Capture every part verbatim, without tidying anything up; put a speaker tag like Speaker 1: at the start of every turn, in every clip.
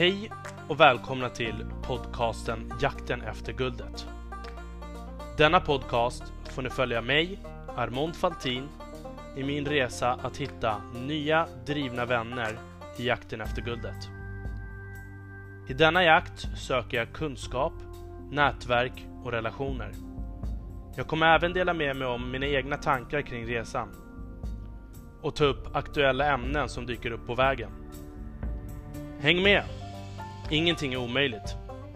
Speaker 1: Hej och välkomna till podcasten Jakten efter guldet. Denna podcast får ni följa mig, Armond Faltin, i min resa att hitta nya drivna vänner i jakten efter guldet. I denna jakt söker jag kunskap, nätverk och relationer. Jag kommer även dela med mig om mina egna tankar kring resan och ta upp aktuella ämnen som dyker upp på vägen. Häng med! Ingenting är omöjligt.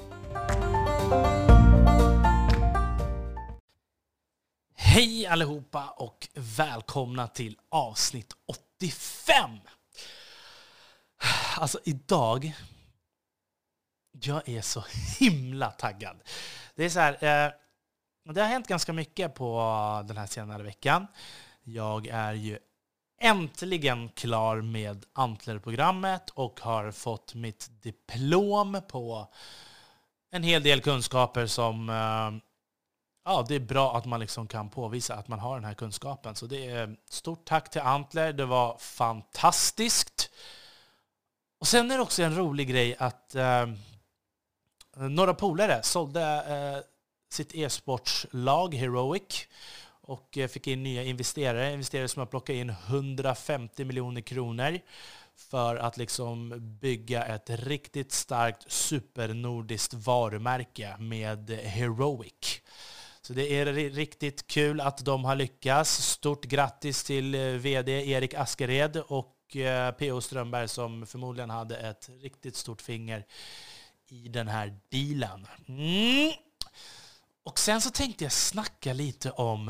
Speaker 2: Hej allihopa och välkomna till avsnitt åttiofem. Alltså idag, jag är så himla taggad. Det är så här, eh, det har hänt ganska mycket på den här senare veckan. Jag är ju äntligen klar med Antler-programmet och har fått mitt diplom på en hel del kunskaper som ja, det är bra att man liksom kan påvisa att man har den här kunskapen. Så det är stort tack till Antler, det var fantastiskt. Och sen är det också en rolig grej att eh, några polare sålde eh, sitt e-sportslag Heroic och fick in nya investerare. Investerare som har plockat in hundrafemtio miljoner kronor för att liksom bygga ett riktigt starkt supernordiskt varumärke med Heroic. Så det är riktigt kul att de har lyckats. Stort grattis till vd Erik Askered och P O Strömberg som förmodligen hade ett riktigt stort finger i den här dealen. Mm. Och sen så tänkte jag snacka lite om...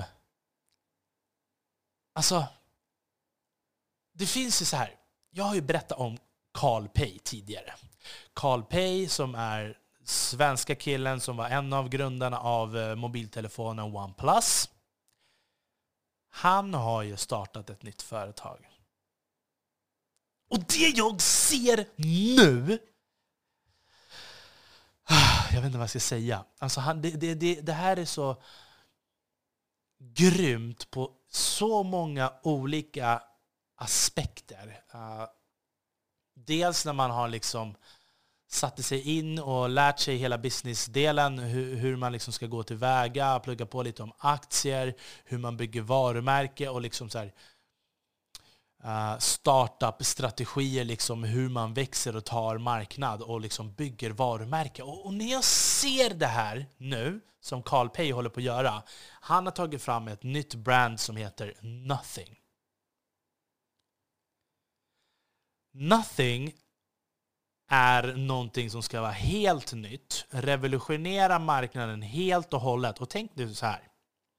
Speaker 2: Alltså, det finns ju så här. Jag har ju berättat om Carl-Pay tidigare. Carl-Pay som är svenska killen som var en av grundarna av mobiltelefonen OnePlus. Han har ju startat ett nytt företag. Och det jag ser nu... Jag vet inte vad jag ska säga. Alltså han, det, det, det, det här är så grymt på så många olika aspekter. Uh, dels när man har liksom satt sig in och lärt sig hela businessdelen, hur, hur man liksom ska gå tillväga, plugga på lite om aktier, hur man bygger varumärke och liksom så här, uh, startup-strategier, liksom hur man växer och tar marknad och liksom bygger varumärke. Och, och när jag ser det här nu, som Carl-Pay håller på att göra, han har tagit fram ett nytt brand som heter Nothing. Nothing är någonting som ska vara helt nytt, revolutionera marknaden helt och hållet. Och tänk nu så här.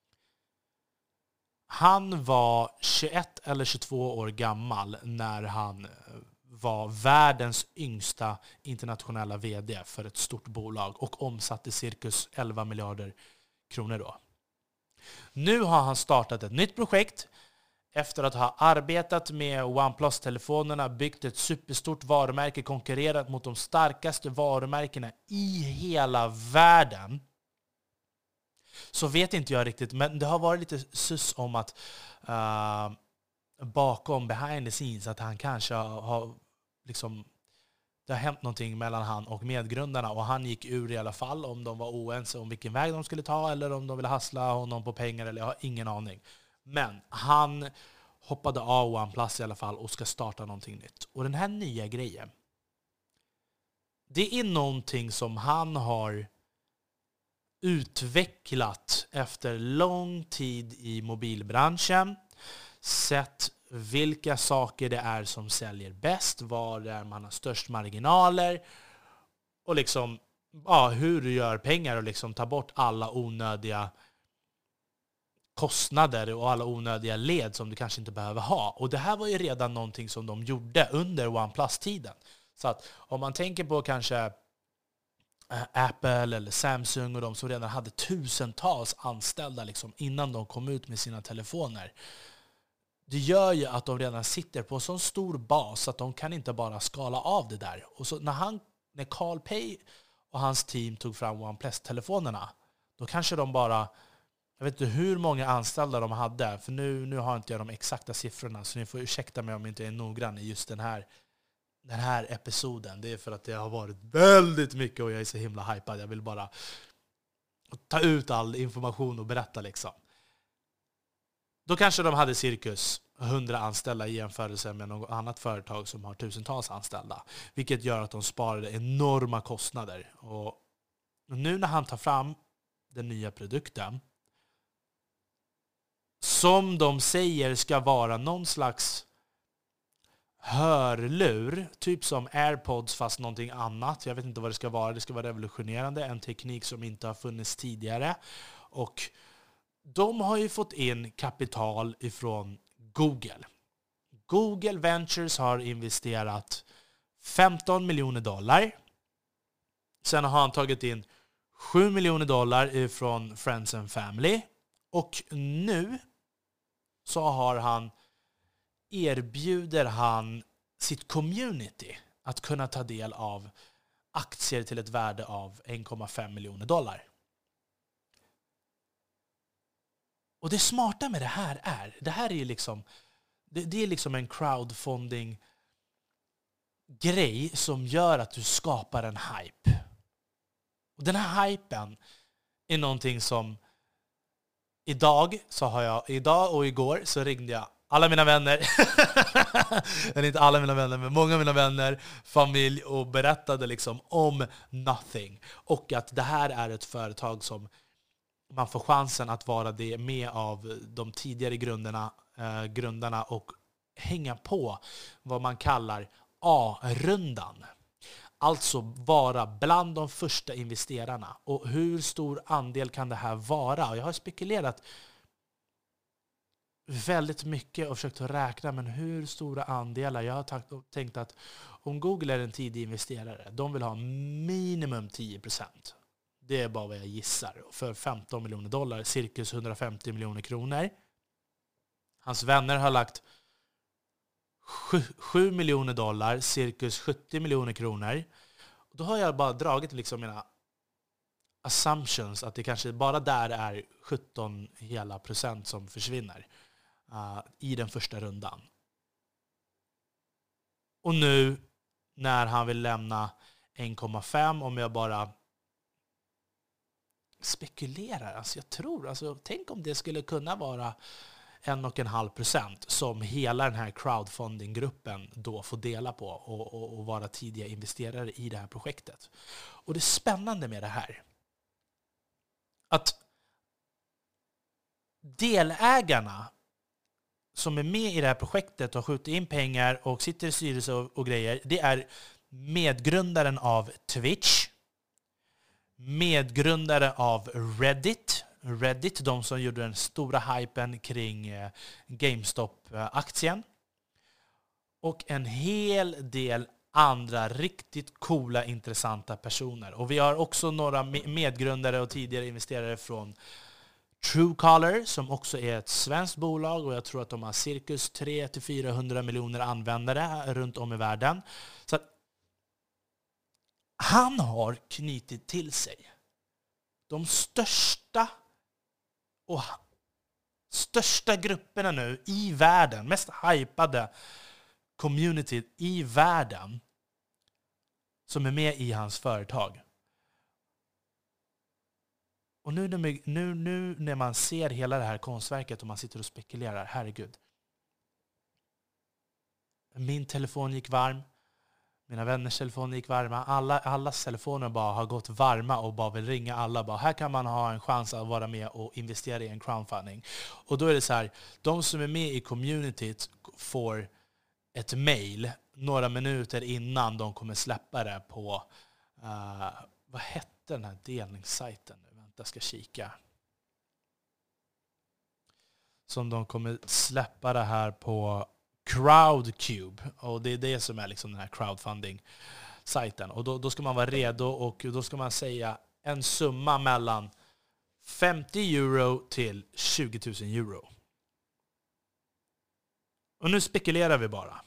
Speaker 2: Han var tjugoett eller tjugotvå år gammal när han var världens yngsta internationella vd för ett stort bolag och omsatte cirkus elva miljarder kronor då. Nu har han startat ett nytt projekt efter att ha arbetat med OnePlus-telefonerna, byggt ett superstort varumärke, konkurrerat mot de starkaste varumärkena i hela världen. Så vet inte jag riktigt, men det har varit lite sus om att uh, bakom, behind the scenes, att han kanske har liksom, det har hänt någonting mellan han och medgrundarna och han gick ur i alla fall, om de var oense om vilken väg de skulle ta eller om de ville hassla honom på pengar, eller jag har ingen aning. Men han hoppade av OnePlus i alla fall och ska starta någonting nytt. Och den här nya grejen, det är någonting som han har utvecklat efter lång tid i mobilbranschen, sett vilka saker det är som säljer bäst, var där man har störst marginaler och liksom ja, hur du gör pengar och liksom ta bort alla onödiga kostnader och alla onödiga led som du kanske inte behöver ha. Och det här var ju redan någonting som de gjorde under OnePlus-tiden. Så att om man tänker på kanske Apple eller Samsung och de som redan hade tusentals anställda liksom innan de kom ut med sina telefoner. Det gör ju att de redan sitter på en så stor bas att de kan inte bara skala av det där. Och så när, han, när Carl-Pay och hans team tog fram OnePlus-telefonerna, då kanske de bara, jag vet inte hur många anställda de hade, för nu, nu har inte jag de exakta siffrorna, så ni får ursäkta mig om jag inte är noggrann i just den här den här episoden, det är för att det har varit väldigt mycket och jag är så himla hypad. Jag vill bara ta ut all information och berätta liksom. Då kanske de hade cirkus hundra anställda i jämförelse med något annat företag som har tusentals anställda. Vilket gör att de sparade enorma kostnader. Och nu när han tar fram den nya produkten, som de säger ska vara någon slags hörlur, typ som AirPods fast någonting annat. Jag vet inte vad det ska vara. Det ska vara revolutionerande, en teknik som inte har funnits tidigare. Och de har ju fått in kapital ifrån Google. Google Ventures har investerat femton miljoner dollar. Sen har han tagit in sju miljoner dollar ifrån Friends and Family. Och nu så har han erbjuder han sitt community att kunna ta del av aktier till ett värde av en komma fem miljoner dollar. Och det smarta med det här är, det här är ju liksom, det, det är liksom en crowdfunding grej som gör att du skapar en hype. Och den här hypen är någonting som idag så har jag, idag och igår så ringde jag alla mina vänner, eller inte alla mina vänner, men många av mina vänner, familj, och berättade liksom om Nothing. Och att det här är ett företag som man får chansen att vara det med av de tidigare grundarna, eh, grundarna och hänga på vad man kallar A-rundan. Alltså vara bland de första investerarna. Och hur stor andel kan det här vara? Jag har spekulerat väldigt mycket och försökt att räkna, men hur stora andelar? Jag har tänkt att om Google är en tidig investerare, de vill ha minimum tio procent. Det är bara vad jag gissar. För femton miljoner dollar, cirkus hundrafemtio miljoner kronor. Hans vänner har lagt sju miljoner dollar, cirkus sjuttio miljoner kronor. Då har jag bara dragit liksom mina assumptions att det kanske bara där är sjutton hela procent som försvinner uh, i den första rundan. Och nu när han vill lämna en komma fem, om jag bara spekulerar, alltså jag tror, alltså tänk om det skulle kunna vara en och en halv procent som hela den här crowdfunding-gruppen då får dela på och, och, och vara tidiga investerare i det här projektet. Och det spännande med det här, att delägarna som är med i det här projektet och skjuter in pengar och sitter i styrelse och, och grejer, det är medgrundaren av Twitch, medgrundare av Reddit, Reddit, de som gjorde den stora hypen kring GameStop-aktien, och en hel del andra riktigt coola, intressanta personer. Och vi har också några medgrundare och tidigare investerare från Truecaller, som också är ett svenskt bolag, och jag tror att de har cirkus tre till fyrahundra miljoner användare runt om i världen. Så att han har knutit till sig de största och största grupperna nu i världen, mest hypade community i världen, som är med i hans företag. Och nu, nu, nu när man ser hela det här konstverket och man sitter och spekulerar, herregud. Min telefon gick varm. Mina vänners telefoner gick varma. Alla, allas telefoner bara har gått varma och bara vill ringa alla. Bara, här kan man ha en chans att vara med och investera i en crowdfunding. Och då är det så här, de som är med i communityt får ett mail några minuter innan de kommer släppa det på, uh, vad hette den här delningssajten nu? Vänta, jag ska kika. Som de kommer släppa det här på Crowdcube, och det är det som är liksom den här crowdfunding-sajten. Och då, då ska man vara redo, och då ska man säga en summa mellan femtio euro till tjugo tusen euro. Och nu spekulerar vi bara.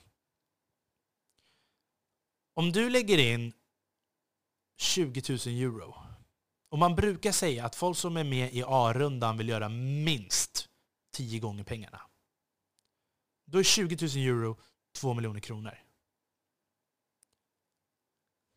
Speaker 2: Om du lägger in tjugo tusen euro, och man brukar säga att folk som är med i A-rundan vill göra minst tio gånger pengarna. Då är tjugo tusen euro två miljoner kronor.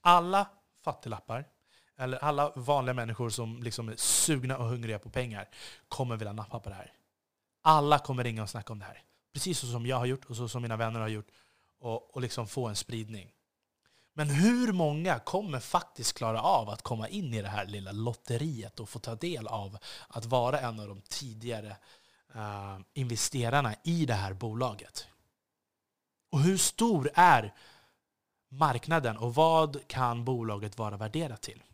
Speaker 2: Alla fattiglappar, eller alla vanliga människor som liksom är sugna och hungriga på pengar, kommer vilja nappa på det här. Alla kommer ringa och snacka om det här. Precis så som jag har gjort och så som mina vänner har gjort. Och, och liksom få en spridning. Men hur många kommer faktiskt klara av att komma in i det här lilla lotteriet och få ta del av att vara en av de tidigare uh, investerarna i det här bolaget? Och hur stor är marknaden och vad kan bolaget vara värderat till?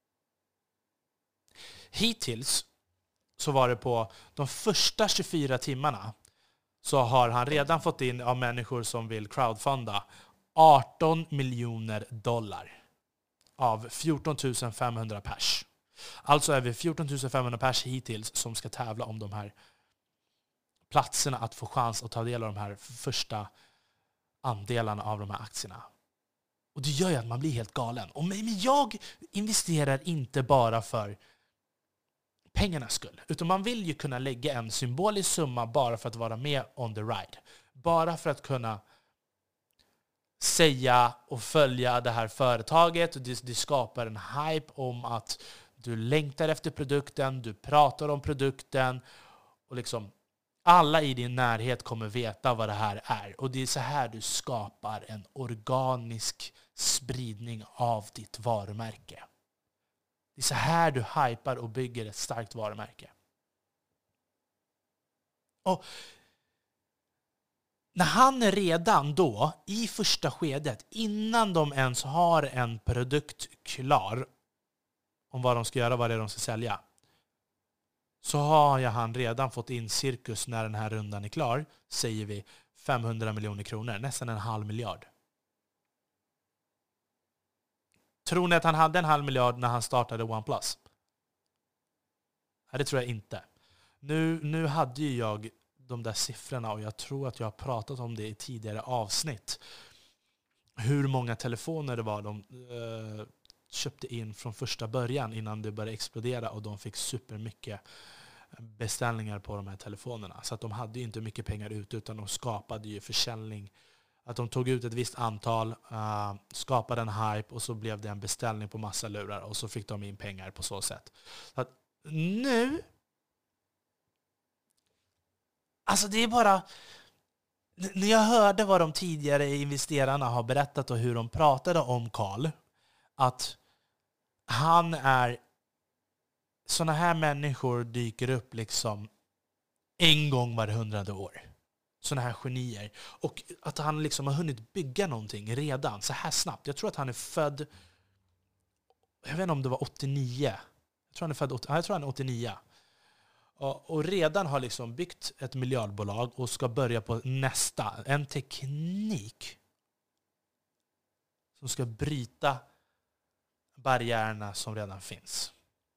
Speaker 2: Hittills så var det på de första tjugofyra timmarna så har han redan fått in av människor som vill crowdfunda arton miljoner dollar av fjorton tusen femhundra pers. Alltså är vi fjorton tusen femhundra pers hittills som ska tävla om de här platserna att få chans att ta del av de här första andelarna av de här aktierna. Och det gör ju att man blir helt galen. Och men jag investerar inte bara för pengarnas skull, utan man vill ju kunna lägga en symbolisk summa bara för att vara med on the ride. Bara för att kunna säga och följa det här företaget, och det, det skapar en hype om att du längtar efter produkten, du pratar om produkten och liksom alla i din närhet kommer veta vad det här är. Och det är så här du skapar en organisk spridning av ditt varumärke. Det är så här du hypar och bygger ett starkt varumärke. Och när han redan då, i första skedet, innan de ens har en produkt klar om vad de ska göra, vad det är de ska sälja, så har jag han redan fått in cirkus när den här rundan är klar, säger vi femhundra miljoner kronor, nästan en halv miljard. Tror ni att han hade en halv miljard när han startade OnePlus? Nej, det tror jag inte. Nu, nu hade ju jag de där siffrorna och jag tror att jag har pratat om det i tidigare avsnitt. Hur många telefoner det var de eh, köpte in från första början innan det började explodera och de fick supermycket beställningar på de här telefonerna. Så att de hade ju inte mycket pengar ut utan de skapade ju försäljning. Att de tog ut ett visst antal, uh, skapade en hype och så blev det en beställning på massa lurar och så fick de in pengar på så sätt. Så att nu, alltså det är bara, när jag hörde vad de tidigare investerarna har berättat och hur de pratade om Carl, att han är, såna här människor dyker upp liksom en gång var hundrade år. Såna här genier. Och att han liksom har hunnit bygga någonting redan så här snabbt. Jag tror att han är född, jag vet inte om det var åttionio. Jag tror han är född jag tror han är åttionio. Och, och redan har liksom byggt ett miljardbolag och ska börja på nästa. En teknik som ska bryta barriärerna som redan finns.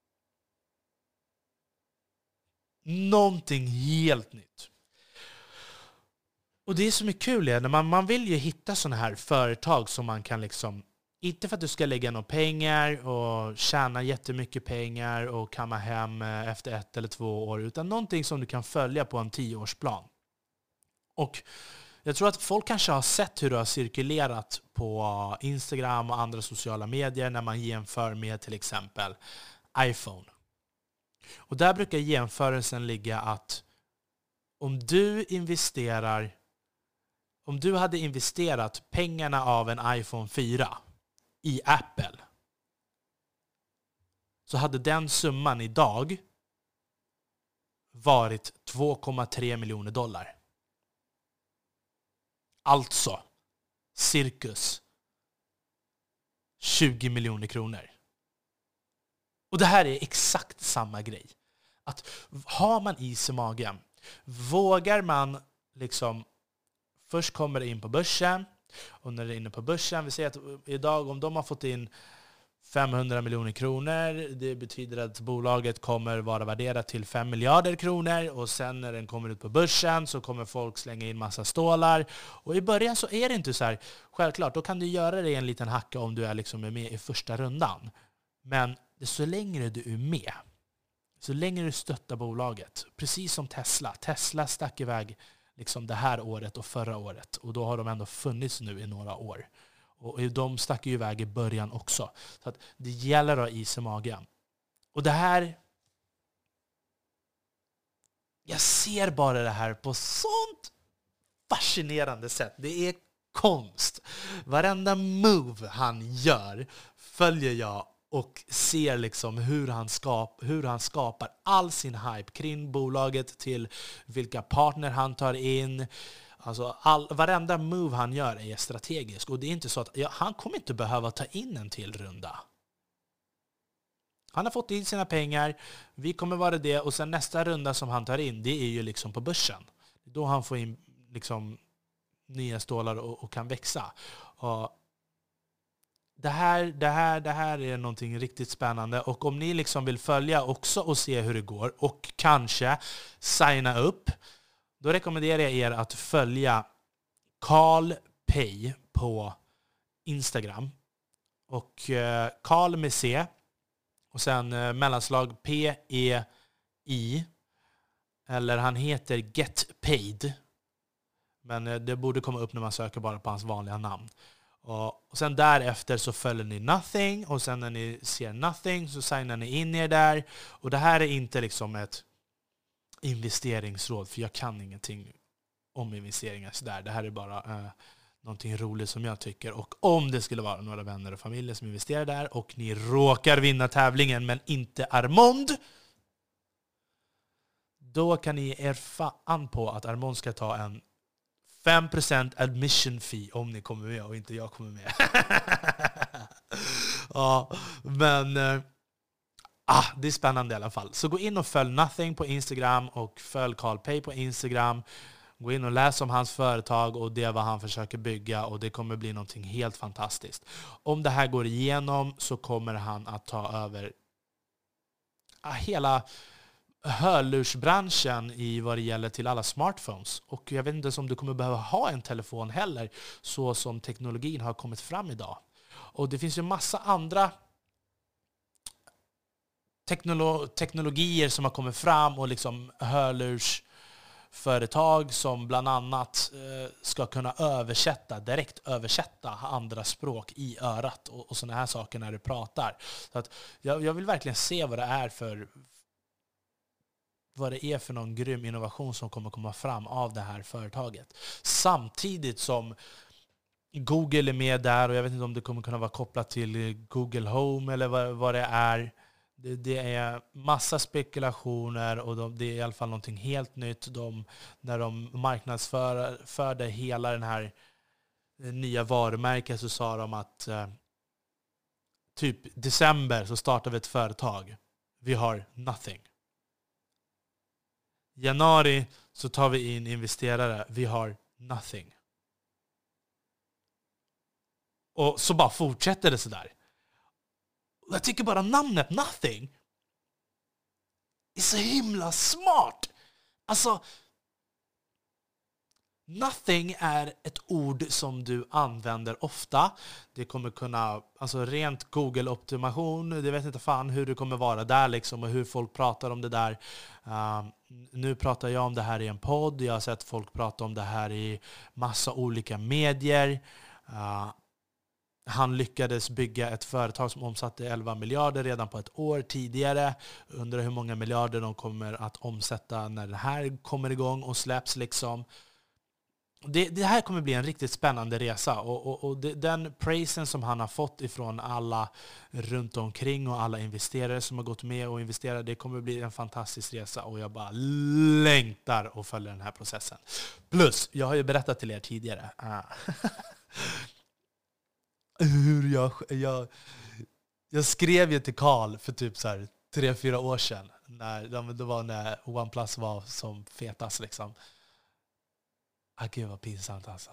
Speaker 2: Någonting helt nytt. Och det är så mycket kul när man, man vill ju hitta sådana här företag som man kan liksom, inte för att du ska lägga några pengar och tjäna jättemycket pengar och kamma hem efter ett eller två år, utan någonting som du kan följa på en tioårsplan. Och jag tror att folk kanske har sett hur det har cirkulerat på Instagram och andra sociala medier när man jämför med till exempel iPhone. Och där brukar jämförelsen ligga att om du investerar, om du hade investerat pengarna av en iPhone fyra i Apple, så hade den summan idag varit två komma tre miljoner dollar. Alltså cirkus tjugo miljoner kronor. Och det här är exakt samma grej. Att har man is i magen, vågar man liksom, först kommer det in på börsen, och när det är inne på börsen, vi säger att idag om de har fått in femhundra miljoner kronor, det betyder att bolaget kommer vara värderat till fem miljarder kronor, och sen när den kommer ut på börsen så kommer folk slänga in massa stålar. Och i början så är det inte så här, självklart, då kan du göra det i en liten hacka om du är liksom med i första rundan. Men så längre du är med, så länge du stöttar bolaget, precis som Tesla. Tesla stack iväg liksom det här året och förra året, och då har de ändå funnits nu i några år. Och de stack ju iväg i början också. Så att det gäller att ha is i magen. Och det här... Jag ser bara det här på sånt fascinerande sätt. Det är konst. Varenda move han gör följer jag och ser liksom hur han, skap, hur han skapar all sin hype kring bolaget, till vilka partner han tar in. Alltså all, varenda move han gör är strategisk. Och det är inte så att ja, han kommer inte behöva ta in en till runda. Han har fått in sina pengar. Vi kommer vara det. Och sen nästa runda som han tar in, det är ju liksom på börsen. Då han får in liksom nya stålar och, och kan växa. Och det här, det här, det här är någonting riktigt spännande. Och om ni liksom vill följa också och se hur det går och kanske signa upp, då rekommenderar jag er att följa Carl Pay på Instagram. Och eh, Carl med C och sen eh, mellanslag P E I, eller han heter Get Paid. Men eh, det borde komma upp när man söker bara på hans vanliga namn. Och, och sen därefter så följer ni Nothing, och sen när ni ser Nothing så signar ni in er där. Och det här är inte liksom ett investeringsråd, för jag kan ingenting om investeringar så där. Det här är bara eh, någonting roligt som jag tycker. Och om det skulle vara några vänner och familjer som investerar där och ni råkar vinna tävlingen men inte Armond, då kan ni er fan på att Armond ska ta en fem procent admission fee om ni kommer med och inte jag kommer med. Ja, men eh, ah, det är spännande i alla fall. Så gå in och följ Nothing på Instagram och följ Carl Pay på Instagram. Gå in och läs om hans företag och det vad han försöker bygga, och det kommer bli någonting helt fantastiskt. Om det här går igenom så kommer han att ta över ah, hela hörlursbranschen i vad det gäller till alla smartphones. Och jag vet inte om du kommer behöva ha en telefon heller, så som teknologin har kommit fram idag. Och det finns ju massa andra teknolo- teknologier som har kommit fram, och liksom hörlursföretag som bland annat eh, ska kunna översätta, direkt översätta andra språk i örat och, och sådana här saker när du pratar. Så att jag, jag vill verkligen se vad det är för vad det är för någon grym innovation som kommer komma fram av det här företaget. Samtidigt som Google är med där, och jag vet inte om det kommer kunna vara kopplat till Google Home eller vad, vad det är. Det, det är massa spekulationer, och de, det är i alla fall någonting helt nytt. De, när de marknadsförde hela den här nya varumärket så sa de att eh, typ december så startar vi ett företag. Vi har Nothing. Januari så tar vi in investerare. Vi har Nothing. Och så bara fortsätter det så där. Jag tycker bara namnet Nothing är så himla smart. Alltså, Nothing är ett ord som du använder ofta. Det kommer kunna, alltså rent Google-optimation, det vet inte fan hur det kommer vara där liksom, och hur folk pratar om det där. Uh, nu pratar jag om det här i en podd. Jag har sett folk prata om det här i massa olika medier. Uh, Han lyckades bygga ett företag som omsatte elva miljarder redan på ett år tidigare. Undrar hur många miljarder de kommer att omsätta när det här kommer igång och släpps liksom. Det, det här kommer bli en riktigt spännande resa, och, och, och det, den prisen som han har fått ifrån alla runt omkring och alla investerare som har gått med och investerat, det kommer bli en fantastisk resa, och jag bara längtar och följer den här processen. Plus, jag har ju berättat till er tidigare ah. hur jag, jag jag skrev ju till Carl för typ så här tre, fyra år sedan, när det var när OnePlus var som fetast liksom. Ah, gud vad pinsamt alltså.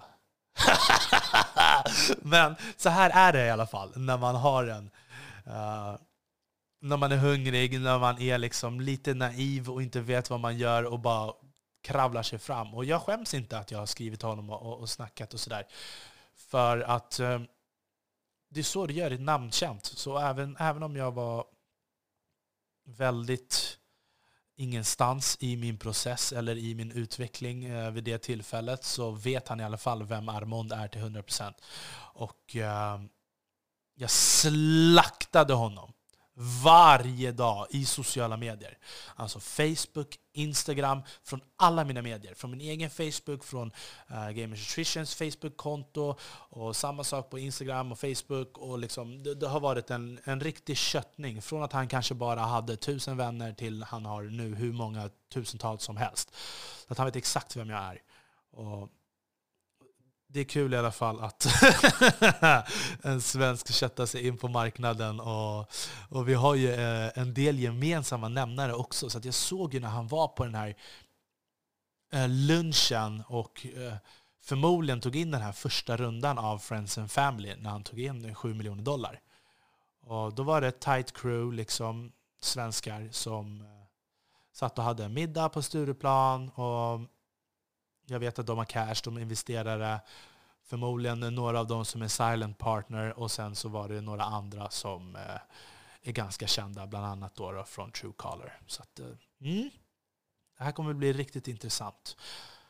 Speaker 2: Men så här är det i alla fall när man har en uh, när man är hungrig, när man är liksom lite naiv och inte vet vad man gör och bara kravlar sig fram. Och jag skäms inte att jag har skrivit honom och, och, och snackat och sådär. För att uh, det är så det gör ett namnkänt. Så även, även om jag var väldigt ingenstans i min process eller i min utveckling eh, vid det tillfället, så vet han i alla fall vem Armond är till hundra procent. Och eh, jag slaktade honom varje dag i sociala medier. Alltså Facebook, Instagram, från alla mina medier. Från min egen Facebook, från uh, Gamers Nutritions Facebook-konto, och samma sak på Instagram och Facebook. Och liksom, det, det har varit en, en riktig köttning. Från att han kanske bara hade tusen vänner till han har nu hur många tusentals som helst. Så att han vet exakt vem jag är. Och det är kul i alla fall att en svensk köttar sig in på marknaden, och, och vi har ju en del gemensamma nämnare också. Så att jag såg ju när han var på den här lunchen och förmodligen tog in den här första rundan av Friends and Family, när han tog in sju miljoner dollar. Och då var det ett tight crew, liksom svenskar, som satt och hade en middag på Stureplan, och jag vet att de har cash, de investerare, förmodligen några av dem som är silent partner, och sen så var det några andra som eh, är ganska kända, bland annat då, då från Truecaller. Så att, eh, mm, det här kommer bli riktigt intressant.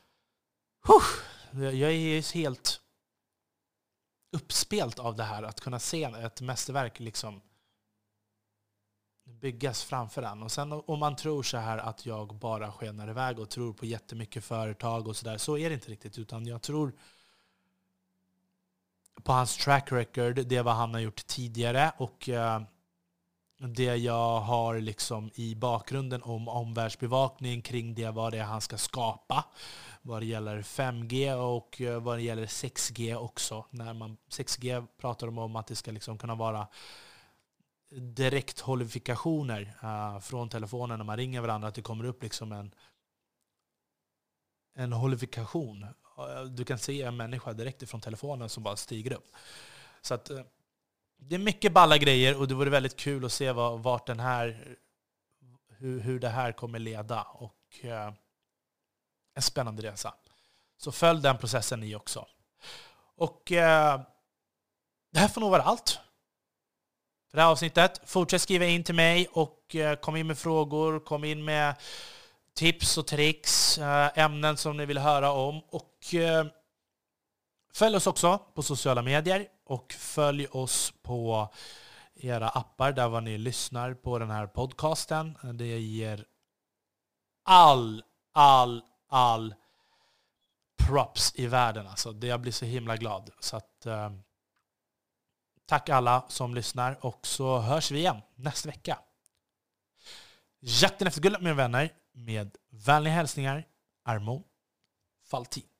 Speaker 2: Huh, jag är helt uppspelt av det här, att kunna se ett mästerverk liksom byggas framför en. Och sen om man tror så här att jag bara skenar iväg och tror på jättemycket företag och sådär, så är det inte riktigt, utan jag tror på hans track record, det vad han har gjort tidigare, och eh, det jag har liksom i bakgrunden om omvärldsbevakning kring det, vad det är han ska skapa vad det gäller fem G och eh, vad det gäller sex G också. När man sex G pratar de om att det ska liksom kunna vara direkt holifikationer uh, från telefonen när man ringer varandra, att det kommer upp liksom en en holifikation. Uh, du kan se en människa direkt ifrån telefonen som bara stiger upp. Så att uh, det är mycket balla grejer, och det vore väldigt kul att se vad, vart den här hur, hur det här kommer leda, och uh, en spännande resa. Så följ den processen ni också. Och uh, det här får nog vara allt för det här avsnittet. Fortsätt skriva in till mig, och kom in med frågor, kom in med tips och tricks, ämnen som ni vill höra om. Och följ oss också på sociala medier, och följ oss på era appar där var ni lyssnar på den här podcasten. Det ger all, all, all props i världen. Alltså, jag blir så himla glad. Så att tack alla som lyssnar, och så hörs vi igen nästa vecka. Jakten efter guldet, mina vänner, med vänliga hälsningar, Armond Faltin.